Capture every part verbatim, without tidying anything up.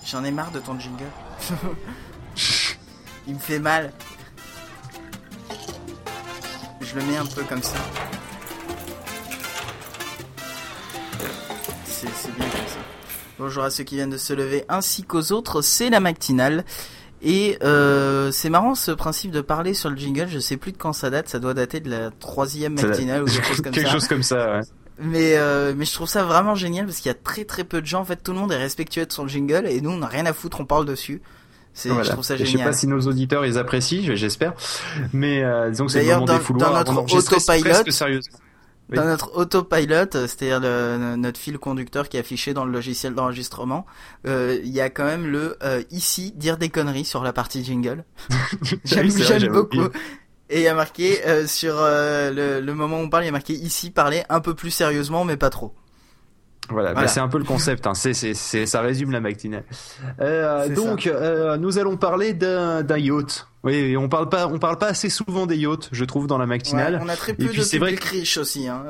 J'en ai marre de ton jingle. Il me fait mal. Je le mets un peu comme ça. C'est, c'est bien comme ça. Bonjour à ceux qui viennent de se lever ainsi qu'aux autres, c'est la matinale. Et euh, c'est marrant ce principe de parler sur le jingle, je sais plus de quand ça date, ça doit dater de la troisième matinale ou quelque chose comme quelque ça. chose comme ça, ouais. Mais euh, mais je trouve ça vraiment génial parce qu'il y a très très peu de gens, en fait tout le monde est respectueux de son jingle et nous on n'a rien à foutre, on parle dessus. C'est, voilà. Je trouve ça et génial. Je sais pas si nos auditeurs ils apprécient, j'espère. Mais euh, disons que c'est le moment dans, des fouloirs. Dans notre on autopilot, sérieusement. Oui. Dans notre autopilot, c'est-à-dire le, notre fil conducteur qui est affiché dans le logiciel d'enregistrement, euh, il y a quand même le euh, ici dire des conneries sur la partie jingle. j'aime oui, j'aime vrai, beaucoup. Oublié. Et il y a marqué euh, sur euh, le, le moment où on parle, il y a marqué ici parler un peu plus sérieusement, mais pas trop. Voilà, voilà. Bah, c'est un peu le concept, hein. c'est, c'est, c'est, ça résume la matinale. Euh, donc, euh, nous allons parler d'un, d'un yacht. Oui, on parle pas, on parle pas assez souvent des yachts, je trouve, dans la matinale. Ouais, on a très peu et puis, de c'est public vrai que... riche aussi. Hein.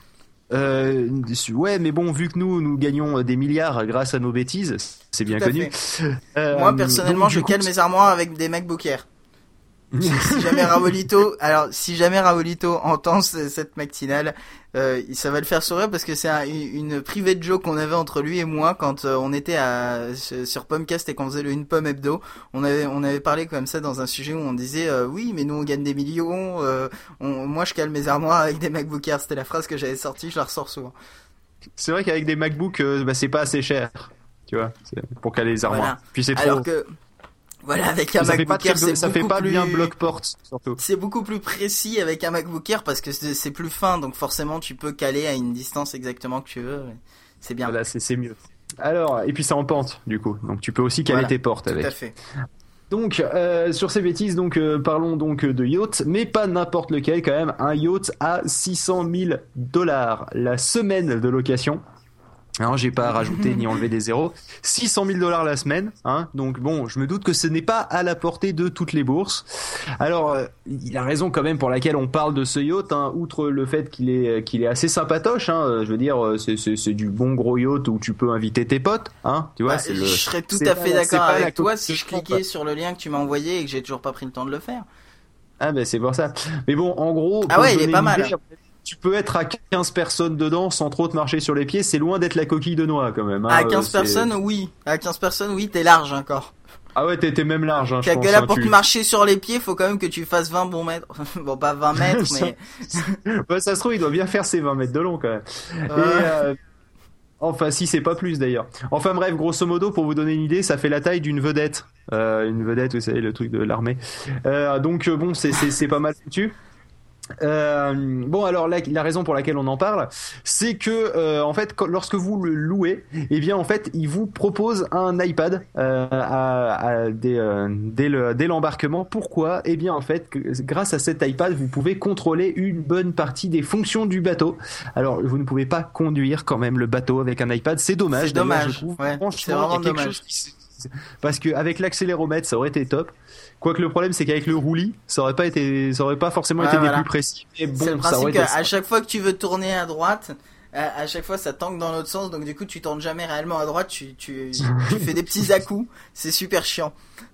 Euh, ouais, mais bon, vu que nous, nous gagnons des milliards grâce à nos bêtises, c'est bien connu. Euh, Moi, personnellement, donc, je cale coup, mes armoires avec des MacBook Air. si, si jamais Ravolito, alors si jamais Ravolito entend ce, cette matinale, euh, ça va le faire sourire parce que c'est un, une private joke qu'on avait entre lui et moi quand euh, on était à, sur Pomcast et qu'on faisait le Une Pomme Hebdo. On avait on avait parlé comme ça dans un sujet où on disait euh, oui mais nous on gagne des millions. Euh, on, moi je cale mes armoires avec des MacBook Air. C'était la phrase que j'avais sortie, je la ressors souvent. C'est vrai qu'avec des MacBooks, euh, bah, c'est pas assez cher, tu vois, c'est pour caler les armoires. Voilà. Puis c'est trop. Alors que Voilà, avec un ça MacBook Air, c'est ça beaucoup fait pas plus... bien bloc-porte, surtout. C'est beaucoup plus précis avec un MacBook Air parce que c'est, c'est plus fin, donc forcément tu peux caler à une distance exactement que tu veux. C'est bien. Voilà, c'est, c'est mieux. Alors, et puis c'est en pente, du coup, donc tu peux aussi caler voilà, tes portes tout avec. Tout à fait. Donc, euh, sur ces bêtises, donc euh, parlons donc de yacht, mais pas n'importe lequel quand même. Un yacht à six cent mille dollars la semaine de location. Hein, j'ai pas rajouté ni enlevé des zéros. six cent mille dollars la semaine, hein. Donc bon, je me doute que ce n'est pas à la portée de toutes les bourses. Alors, euh, il a raison quand même pour laquelle on parle de ce yacht, hein, outre le fait qu'il est qu'il est assez sympatoche, hein. Je veux dire, c'est c'est c'est du bon gros yacht où tu peux inviter tes potes, hein. Tu vois, bah, c'est je le, serais tout c'est à pas, fait d'accord avec toi la si je cliquais sur le lien que tu m'as envoyé et que j'ai toujours pas pris le temps de le faire. Ah ben c'est pour ça. Mais bon, en gros, ah ouais, il est pas mal. Idée, tu peux être à quinze personnes dedans sans trop te marcher sur les pieds. C'est loin d'être la coquille de noix quand même. Hein. À quinze euh, personnes, oui. À quinze personnes, oui, t'es large encore. Ah ouais, t'es, t'es même large. Hein, T'as je que pense, là hein, pour tu... te marcher sur les pieds, faut quand même que tu fasses vingt bons mètres. Bon, pas vingt mètres, mais. bah, ça se trouve, il doit bien faire ses vingt mètres de long quand même. Ouais. Et, euh... Enfin, si c'est pas plus d'ailleurs. Enfin bref, grosso modo, pour vous donner une idée, ça fait la taille d'une vedette. Euh, une vedette, vous savez, le truc de l'armée. Euh, donc bon, c'est, c'est, c'est pas mal foutu. Euh, bon alors la, la raison pour laquelle on en parle, c'est que euh, en fait quand, lorsque vous le louez, eh bien en fait il vous propose un iPad euh, à, à, dès, euh, dès, le, dès l'embarquement. Pourquoi ? Eh bien en fait que, grâce à cet iPad vous pouvez contrôler une bonne partie des fonctions du bateau. Alors vous ne pouvez pas conduire quand même le bateau avec un iPad, c'est dommage. C'est dommage. Je trouve. Ouais, Franchement, c'est vraiment il y a quelque dommage. chose qui parce que avec l'accéléromètre ça aurait été top. Quoique le problème c'est qu'avec le roulis ça aurait pas été, ça aurait pas forcément ouais, été voilà. des plus précis. Et bon, c'est le ça principe aurait qu'à été... chaque fois que tu veux tourner à droite, à, à chaque fois ça tangue dans l'autre sens, donc du coup tu tournes jamais réellement à droite, tu tu tu fais des petits à-coups, c'est super chiant.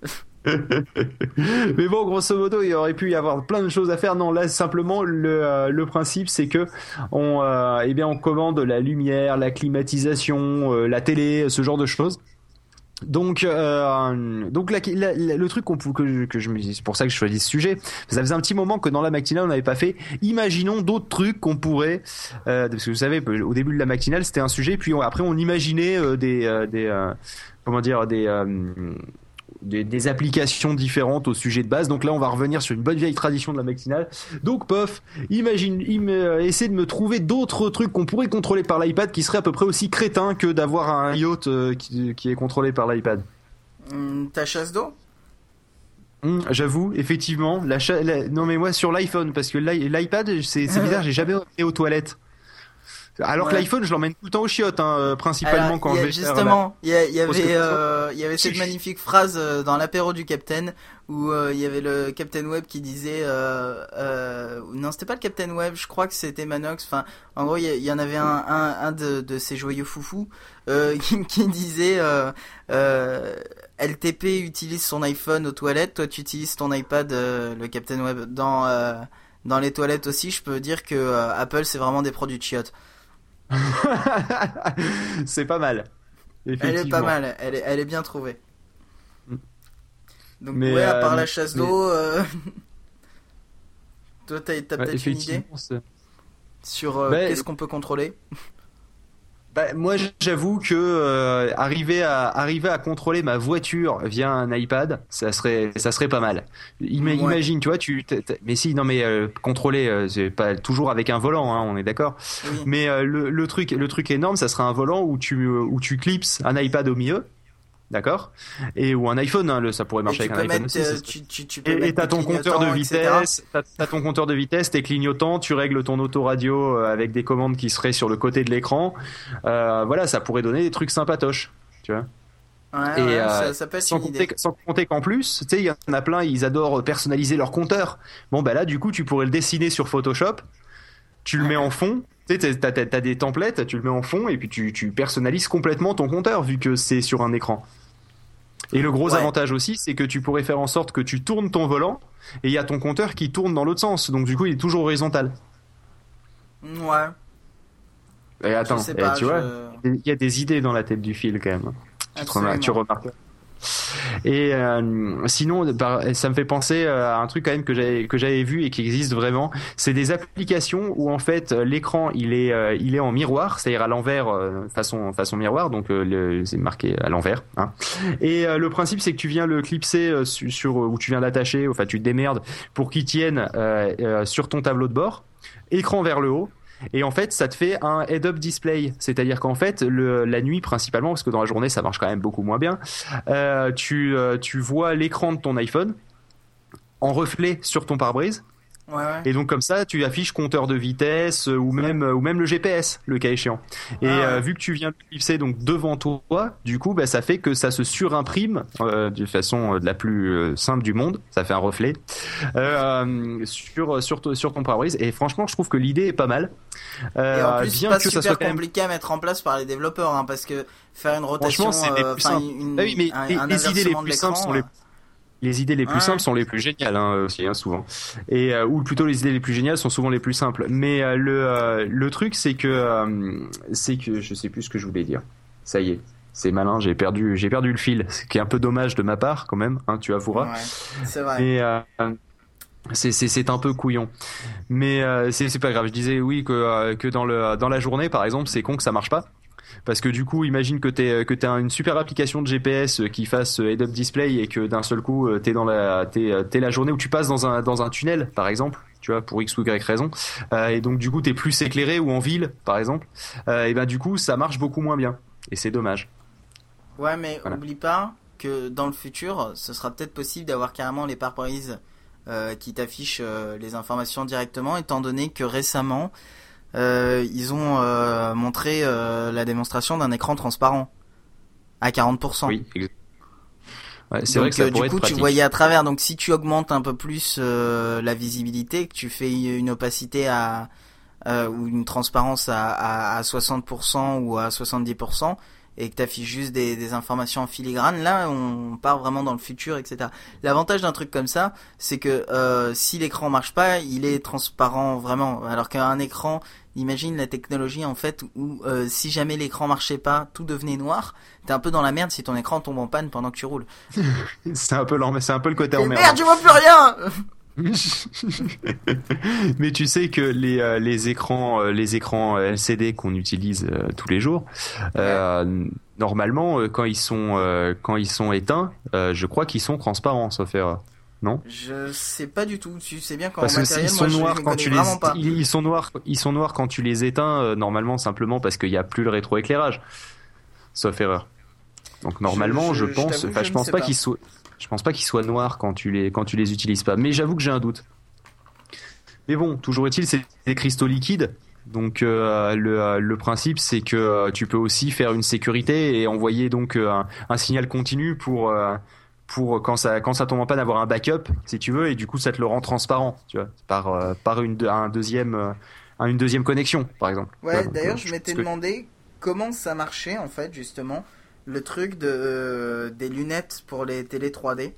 Mais bon, grosso modo, il aurait pu y avoir plein de choses à faire. Non, là simplement le euh, le principe c'est que on euh, eh bien on commande la lumière, la climatisation, euh, la télé, ce genre de choses. Donc, euh, donc la, la, la, le truc qu'on que, que je me dis, c'est pour ça que je choisis ce sujet. Ça faisait un petit moment que dans la matinale on n'avait pas fait. Imaginons d'autres trucs qu'on pourrait, euh, parce que vous savez, au début de la matinale c'était un sujet, puis on, après on imaginait euh, des, euh, des, euh, comment dire, des euh, Des, des applications différentes au sujet de base. Donc là on va revenir sur une bonne vieille tradition de la matinale. Donc pof, imagine, im, euh, essaie de me trouver d'autres trucs qu'on pourrait contrôler par l'iPad qui seraient à peu près aussi crétins que d'avoir un yacht euh, qui, qui est contrôlé par l'iPad. Hum, ta chasse d'eau Hum, j'avoue, effectivement, la, cha- la non mais moi sur l'iPhone, parce que l'i- l'iPad c'est, c'est bizarre, j'ai jamais été aux toilettes. Alors ouais. que l'iPhone, je l'emmène tout le temps aux chiottes, hein, principalement Alors, quand y a, je vais justement, il faire la... y, y avait, euh, il y avait cette magnifique phrase euh, dans l'apéro du Captain où il euh, y avait le Captain Web qui disait, euh, euh, non, c'était pas le Captain Web, je crois que c'était Manox. Enfin, en gros, il y, y en avait un, un, un de, de ces joyeux foufous euh, qui, qui disait, euh, euh, L T P utilise son iPhone aux toilettes, toi tu utilises ton iPad, euh, le Captain Web dans euh, dans les toilettes aussi. Je peux dire que euh, Apple c'est vraiment des produits de chiottes. C'est pas mal. Elle est pas mal, elle est, elle est bien trouvée. Donc mais ouais, à part euh, la chasse mais... d'eau, euh... toi t'as, t'as ouais, peut-être une idée c'est... sur euh, bah, qu'est-ce qu'on peut contrôler? Bah, moi, j'avoue que euh, arriver à arriver à contrôler ma voiture via un iPad, ça serait ça serait pas mal. Ima- ouais. Imagine, tu vois, tu t'es, t'es, mais si non mais euh, contrôler, euh, c'est pas toujours avec un volant, hein, on est d'accord. Oui. Mais euh, le, le truc le truc énorme, ça serait un volant où tu où tu clipses un iPad au milieu. D'accord, et ou un iPhone, hein, le, ça pourrait marcher avec un iPhone aussi. Euh, tu, tu, tu peux et et t'as ton compteur de vitesse, t'as, t'as ton compteur de vitesse, tes clignotants, tu règles ton autoradio avec des commandes qui seraient sur le côté de l'écran. Euh, voilà, ça pourrait donner des trucs sympatoches, tu vois. Ouais, et ouais, euh, ça, ça peut être sans, une compter, idée. sans compter qu'en plus, tu sais, il y en a plein, ils adorent personnaliser leur compteur. Bon, bah là, du coup, tu pourrais le dessiner sur Photoshop, tu le mets en fond. Tu sais, t'as, t'as, t'as des templates, tu le mets en fond et puis tu, tu personnalises complètement ton compteur vu que c'est sur un écran. Et le gros ouais. avantage aussi, c'est que tu pourrais faire en sorte que tu tournes ton volant et il y a ton compteur qui tourne dans l'autre sens. Donc du coup, il est toujours horizontal. Ouais. Et attends, je sais pas, et tu je... vois, il y a des idées dans la tête du fil quand même. Tu, te remarques, tu remarques. Et euh, sinon, ça me fait penser à un truc quand même que j'avais que j'avais vu et qui existe vraiment. C'est des applications où en fait l'écran il est euh, il est en miroir, c'est-à-dire à l'envers, euh, façon façon miroir, donc euh, le, c'est marqué à l'envers. Hein. Et euh, le principe c'est que tu viens le clipser euh, sur, sur où tu viens l'attacher, enfin tu te démerdes pour qu'il tienne euh, euh, sur ton tableau de bord, écran vers le haut. Et en fait, ça te fait un head-up display, c'est-à-dire qu'en fait, le, la nuit principalement, parce que dans la journée, ça marche quand même beaucoup moins bien. Euh, tu euh, tu vois l'écran de ton iPhone en reflet sur ton pare-brise. Ouais, ouais. Et donc comme ça, tu affiches compteur de vitesse euh, ou même euh, ou même le G P S, le cas échéant. Et ah, ouais. euh, vu que tu viens de clipser donc devant toi, du coup, bah ça fait que ça se surimprime euh, de façon euh, de la plus euh, simple du monde. Ça fait un reflet euh, sur sur sur ton pare-brise. Et franchement, je trouve que l'idée est pas mal. Euh, et en plus, bien c'est pas que super ça soit compliqué même... à mettre en place par les développeurs, hein, parce que faire une rotation, c'est euh, une, ah oui, mais un, les, un les idées les plus simples sont les Les idées les plus ouais. simples sont les plus géniales hein, aussi hein, souvent, et euh, ou plutôt les idées les plus géniales sont souvent les plus simples. Mais euh, le euh, le truc c'est que euh, c'est que je sais plus ce que je voulais dire. Ça y est, c'est malin, j'ai perdu j'ai perdu le fil, ce qui est un peu dommage de ma part quand même. Hein, tu avoueras. Ouais, c'est vrai. Et euh, c'est c'est c'est un peu couillon, mais euh, c'est c'est pas grave. Je disais oui que euh, que dans le dans la journée par exemple c'est con que ça marche pas. Parce que du coup, imagine que t'es que t'as une super application de G P S qui fasse head-up display et que d'un seul coup t'es dans la t'es t'es la journée où tu passes dans un dans un tunnel par exemple, tu vois, pour X ou Y raison, euh, et donc du coup t'es plus éclairé ou en ville par exemple, euh, et ben du coup ça marche beaucoup moins bien et c'est dommage. Ouais, mais voilà. Oublie pas que dans le futur, ce sera peut-être possible d'avoir carrément les pare-brises euh, qui t'affichent euh, les informations directement, étant donné que récemment Euh, ils ont euh, montré euh, la démonstration d'un écran transparent à quarante pour cent. Oui, exact. Ouais, c'est donc, vrai que ça euh, pourrait du coup, être pratique. Tu voyais à travers. Donc, si tu augmentes un peu plus euh, la visibilité, que tu fais une opacité à euh, ou une transparence à, à, à soixante pour cent ou à soixante-dix pour cent, et que t'affiches juste des, des informations en filigrane, là, on part vraiment dans le futur, et cetera. L'avantage d'un truc comme ça, c'est que euh, si l'écran marche pas, il est transparent vraiment. Alors qu'un écran, imagine la technologie en fait où euh, si jamais l'écran marchait pas, tout devenait noir. T'es un peu dans la merde si ton écran tombe en panne pendant que tu roules. c'est un peu c'est un peu le côté emmerdant. Merde, je vois plus rien. Mais tu sais que les euh, les écrans euh, les écrans L C D qu'on utilise euh, tous les jours, euh, ouais. normalement euh, quand ils sont euh, quand ils sont éteints, euh, je crois qu'ils sont transparents, sauf erreur. Non ? Je sais pas du tout. Tu sais bien qu'en parce matériel, que ils sont moi, noirs je quand tu les pas. ils sont noirs ils sont noirs quand tu les éteins euh, normalement simplement parce qu'il y a plus le rétroéclairage, sauf erreur. Donc normalement, je, je, je pense, enfin je, je pense pas, pas. qu'ils soient Je pense pas qu'ils soient noirs quand tu les quand tu les utilises pas, mais j'avoue que j'ai un doute. Mais bon, toujours est-il, c'est des cristaux liquides, Donc euh, le, le principe c'est que euh, tu peux aussi faire une sécurité et envoyer donc euh, un, un signal continu pour euh, pour quand ça quand ça tombe en panne avoir un backup si tu veux, et du coup ça te le rend transparent, tu vois, par euh, par une un deuxième euh, une deuxième connexion par exemple. Ouais, donc, d'ailleurs euh, je m'étais que... demandé comment ça marchait en fait justement le truc de euh, des lunettes pour les télé trois D.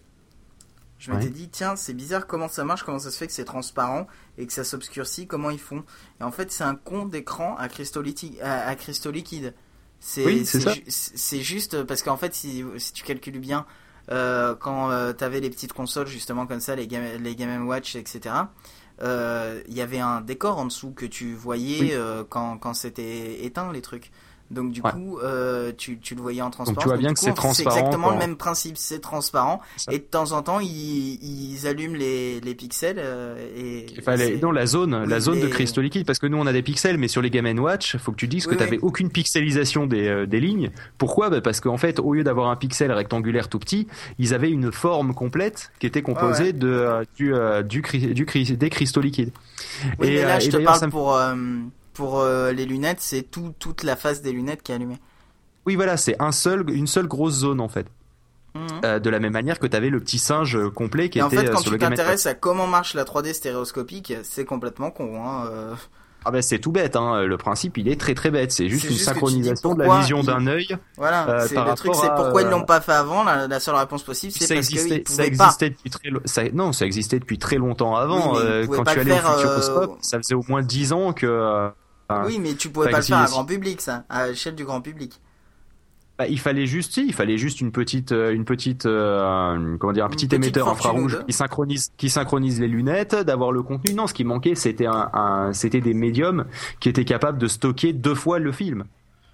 Je m'étais ouais. dit, tiens, c'est bizarre comment ça marche, comment ça se fait que c'est transparent et que ça s'obscurcit, comment ils font. Et en fait, c'est un con d'écran à cristaux, liti- à, à cristaux liquides. C'est, oui, c'est, c'est, ça. Ju- c'est juste parce qu'en fait, si, si tu calcules bien, euh, quand euh, tu avais les petites consoles, justement comme ça, les Game, les Game and Watch, et cetera, il euh, y avait un décor en dessous que tu voyais oui. euh, quand, quand c'était éteint, les trucs. Donc du ouais. coup, euh, tu, tu le voyais en transparence. Donc tu vois bien Donc, que coup, c'est transparent. C'est exactement quand... le même principe, c'est transparent. Et de temps en temps, ils, ils allument les, les pixels. Euh, et, enfin, les, non, la zone, oui, la zone les... de cristaux liquides, parce que nous on a des pixels, mais sur les Game and Watch, faut que tu dises oui, que tu n'avais oui. aucune pixelisation des, euh, des lignes. Pourquoi ? Bah parce qu'en fait, au lieu d'avoir un pixel rectangulaire tout petit, ils avaient une forme complète qui était composée ouais, ouais. de euh, du, euh, du, du, du des cristaux liquides. Oui, et, mais là, euh, je te parle ça... pour. Euh... Pour euh, les lunettes, c'est tout, toute la face des lunettes qui est allumée. Oui, voilà, c'est un seul, une seule grosse zone en fait. Mmh. Euh, de la même manière que tu avais le petit singe complet qui et était en fait, quand sur tu le Game t'intéresses à comment marche la trois D stéréoscopique, c'est complètement con. Hein, euh... Ah ben c'est tout bête, hein. Le principe il est très très bête, c'est juste c'est une juste synchronisation de la vision ils... d'un œil. Voilà, euh, c'est le truc, c'est à... pourquoi ils l'ont pas fait avant. La, la seule réponse possible, c'est ça parce existait, qu'ils ça pouvaient existait pas. depuis très, ça... non, ça existait depuis très longtemps avant. Oui, euh, quand tu allais faire, au Futuroscope, euh... ça faisait au moins dix ans que. Euh... Oui, mais tu pouvais pas le faire à grand public, ça, à l'échelle du grand public. Bah, il fallait juste, il fallait juste une petite, une petite, euh, comment dire, un petit émetteur infrarouge qui synchronise, qui synchronise les lunettes, d'avoir le contenu. Non, ce qui manquait, c'était un, un c'était des médiums qui étaient capables de stocker deux fois le film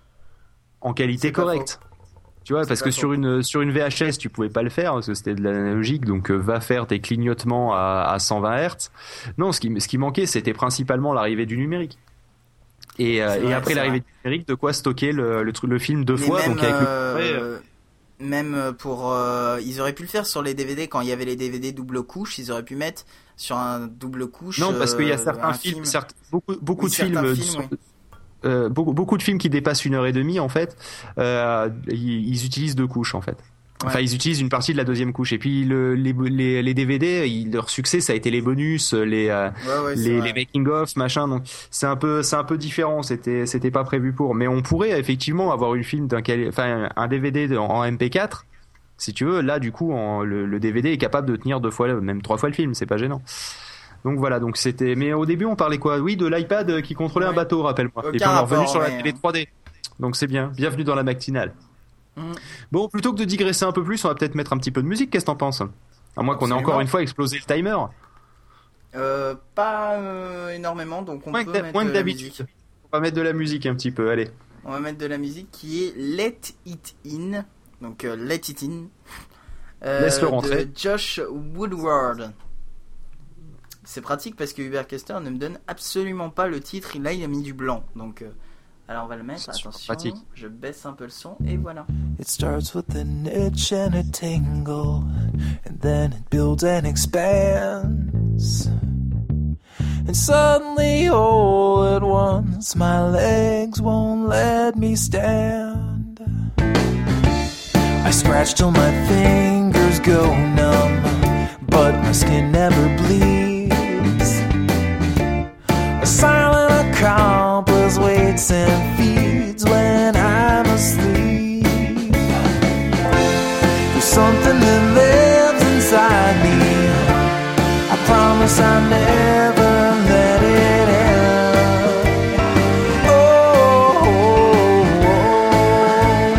en qualité correcte. Tu vois, c'est parce que faux. sur une sur une V H S, tu pouvais pas le faire parce que c'était de l'analogique, donc euh, va faire tes clignotements à, à cent vingt hertz. Non, ce qui ce qui manquait, c'était principalement l'arrivée du numérique. Et, euh, vrai, et après l'arrivée vrai. du numérique, de quoi stocker le, le, le film deux Mais fois. Même, donc avec euh, le... euh, même pour, euh, ils auraient pu le faire sur les D V D quand il y avait les D V D double couche, ils auraient pu mettre sur un double couche. Non, parce qu'il y a euh, certains films, film. certes, beaucoup beaucoup oui, de films. films sont, oui. euh, beaucoup beaucoup de films qui dépassent une heure et demie en fait. Euh, ils, ils utilisent deux couches en fait. Ouais. Enfin, ils utilisent une partie de la deuxième couche. Et puis le, les, les, les D V D, ils, leur succès, ça a été les bonus, les, euh, ouais, ouais, les, les making of, machin. Donc c'est un peu, c'est un peu différent. C'était, c'était pas prévu pour. Mais on pourrait effectivement avoir une film d'un, enfin un D V D en, en M P quatre, si tu veux. Là, du coup, en, le, le D V D est capable de tenir deux fois, même trois fois le film. C'est pas gênant. Donc voilà. Donc c'était. Mais au début, on parlait quoi ? Oui, de l'iPad qui contrôlait ouais. un bateau, rappelle-moi. Aucun Et puis on est revenu rapport, sur la mais... télé trois D. Donc c'est bien. Bienvenue dans la matinale. Bon, plutôt que de digresser un peu plus, on va peut-être mettre un petit peu de musique. Qu'est-ce que t'en penses ? À moins qu'on ait encore une fois explosé le timer. Euh, pas euh, énormément, donc on moins peut que, mettre moins de que la d'habitude. musique. On va mettre de la musique un petit peu, allez. On va mettre de la musique qui est Let It In, donc euh, Let It In, euh, Laisse-le rentrer. de Josh Woodward. C'est pratique parce que Ubercaster ne me donne absolument pas le titre, là il a mis du blanc, donc... Euh, Alors on va le mettre, attention, pratique. Je baisse un peu le son et voilà. It starts with an itch and a tingle, and then it builds and expands. And suddenly all at once my legs won't let me stand. I scratch till my fingers go numb, but my skin never bleeds. A silent accomplice waits and feeds when I'm asleep. There's something that lives inside me. I promise I'll never let it end. Oh, oh, oh.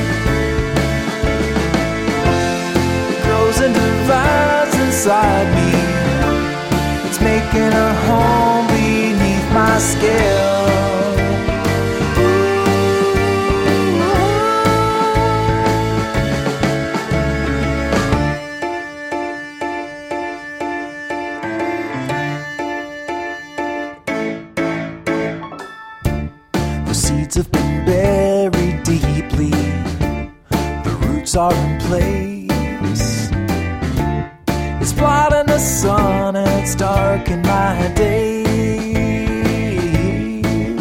It grows and divides inside me. It's making a home beneath my skin. Have been buried deeply. The roots are in place. It's blotting the sun and it's dark in my days.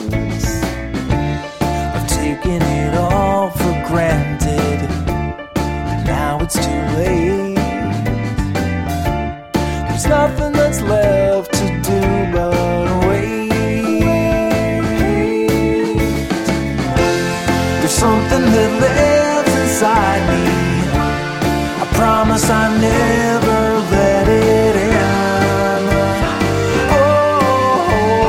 something that lives inside me. I promise I never let it end. Oh,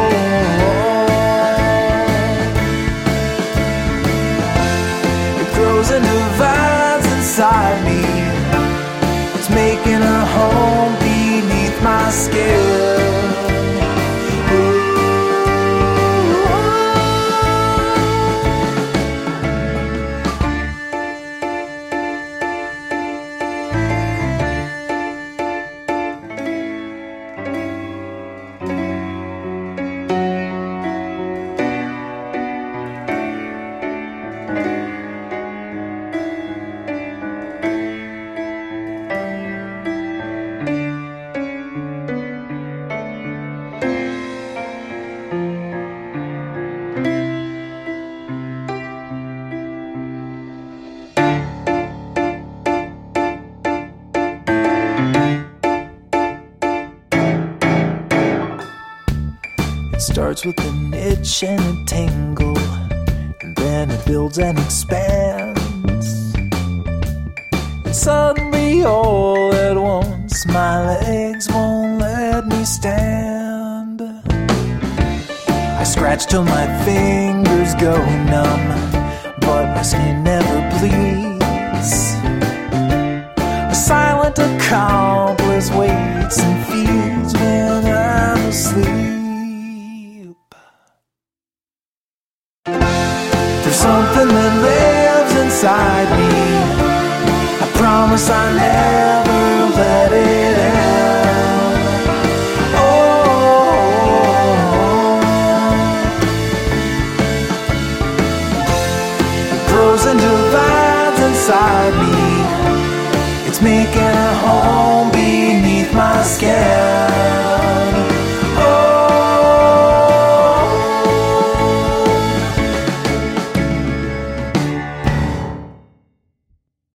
it grows and divides inside me. It's making a home beneath my skin. Starts with an itch and a tingle, and then it builds and expands. And suddenly, all at once, my legs won't let me stand. I scratch till my fingers go numb, but my skin never bleeds. A silent accomplice waits and feeds when I'm asleep. Something that lives inside me. I promise I never let it end. Oh, it grows and divides inside me. It's making a home